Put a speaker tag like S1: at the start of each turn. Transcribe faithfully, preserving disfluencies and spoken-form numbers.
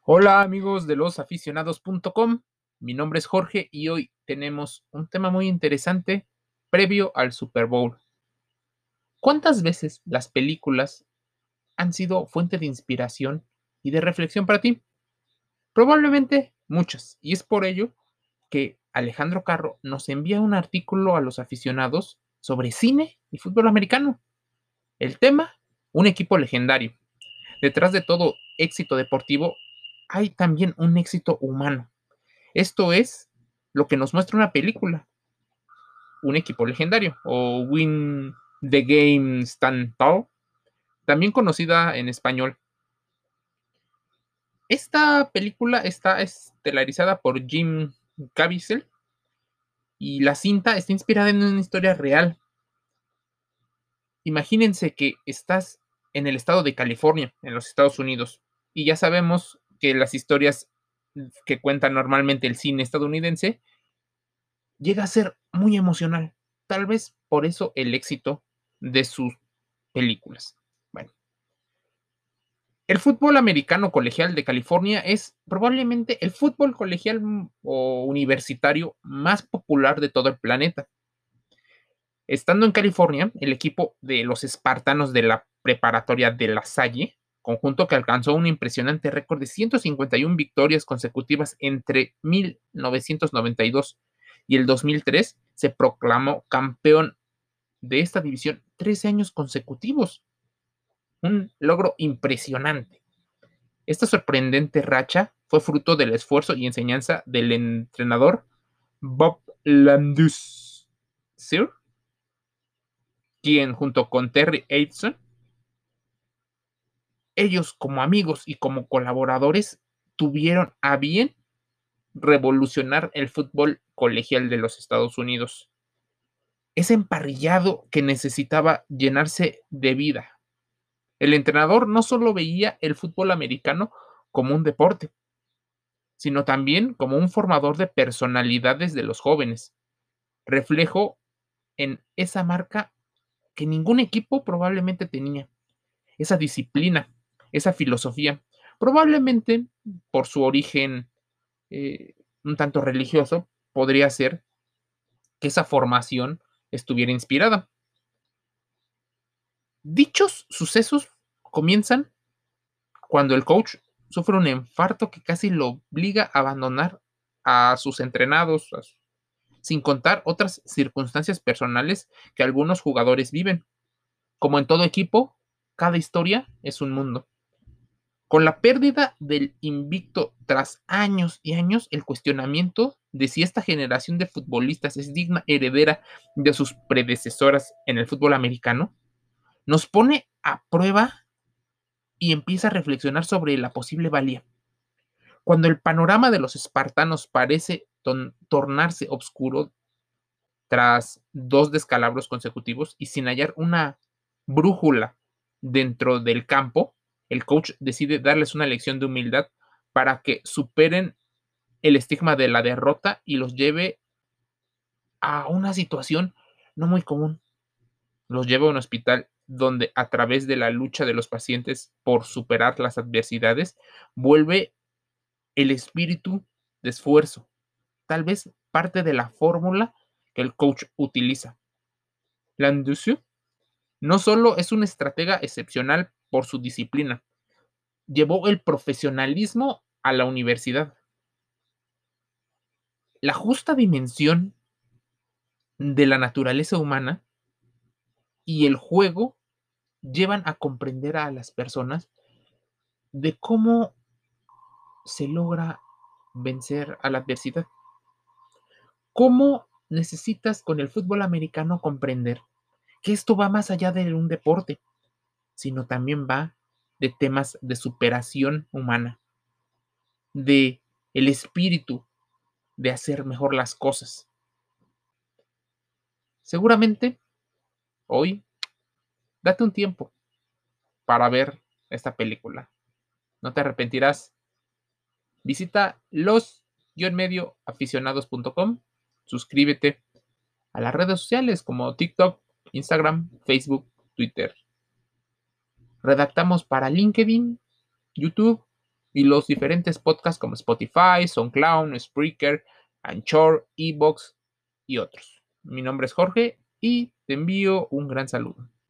S1: Hola amigos de los aficionados punto com, mi nombre es Jorge y hoy tenemos un tema muy interesante previo al Super Bowl. ¿Cuántas veces las películas han sido fuente de inspiración y de reflexión para ti? Probablemente muchas, y es por ello que Alejandro Carro nos envía un artículo a los aficionados sobre cine y fútbol americano. El tema, un equipo legendario. Detrás de todo éxito deportivo hay también un éxito humano. Esto es lo que nos muestra una película, un equipo legendario, o Win the Game Stand Tall, también conocida en español. Esta película está estelarizada por Jim Caviezel y la cinta está inspirada en una historia real. Imagínense que estás en el estado de California, en los Estados Unidos, y ya sabemos que las historias que cuenta normalmente el cine estadounidense llega a ser muy emocional. Tal vez por eso el éxito de sus películas. Bueno, el fútbol americano colegial de California es probablemente el fútbol colegial mm, o universitario más popular de todo el planeta. Estando en California, el equipo de los espartanos de la preparatoria de La Salle, conjunto que alcanzó un impresionante récord de ciento cincuenta y una victorias consecutivas entre mil novecientos noventa y dos y el dos mil tres, se proclamó campeón de esta división trece años consecutivos. Un logro impresionante. Esta sorprendente racha fue fruto del esfuerzo y enseñanza del entrenador Bob Landus, ¿sí?, quien junto con Terry Eidson, ellos como amigos y como colaboradores, tuvieron a bien revolucionar el fútbol colegial de los Estados Unidos. Ese emparrillado que necesitaba llenarse de vida. El entrenador no solo veía el fútbol americano como un deporte, sino también como un formador de personalidades de los jóvenes, reflejo en esa marca que ningún equipo probablemente tenía, esa disciplina, esa filosofía, probablemente por su origen eh, un tanto religioso, podría ser que esa formación estuviera inspirada. Dichos sucesos comienzan cuando el coach sufre un infarto que casi lo obliga a abandonar a sus entrenados, a su- sin contar otras circunstancias personales que algunos jugadores viven. Como en todo equipo, cada historia es un mundo. Con la pérdida del invicto tras años y años, el cuestionamiento de si esta generación de futbolistas es digna heredera de sus predecesoras en el fútbol americano, nos pone a prueba y empieza a reflexionar sobre la posible valía. Cuando el panorama de los espartanos parece ton- tornarse oscuro tras dos descalabros consecutivos y sin hallar una brújula dentro del campo, el coach decide darles una lección de humildad para que superen el estigma de la derrota y los lleve a una situación no muy común. Los lleva a un hospital donde a través de la lucha de los pacientes por superar las adversidades, vuelve el espíritu de esfuerzo, tal vez parte de la fórmula que el coach utiliza. Landusio no solo es un estratega excepcional por su disciplina, llevó el profesionalismo a la universidad. La justa dimensión de la naturaleza humana y el juego llevan a comprender a las personas de cómo se logra vencer a la adversidad. ¿Cómo necesitas con el fútbol americano comprender que esto va más allá de un deporte, sino también va de temas de superación humana, de el espíritu de hacer mejor las cosas? Seguramente hoy date un tiempo para ver esta película. No te arrepentirás. Visita los-medio aficionados punto com, suscríbete a las redes sociales como TikTok, Instagram, Facebook, Twitter. Redactamos para LinkedIn, YouTube y los diferentes podcasts como Spotify, SoundCloud, Spreaker, Anchor, Evox y otros. Mi nombre es Jorge y te envío un gran saludo.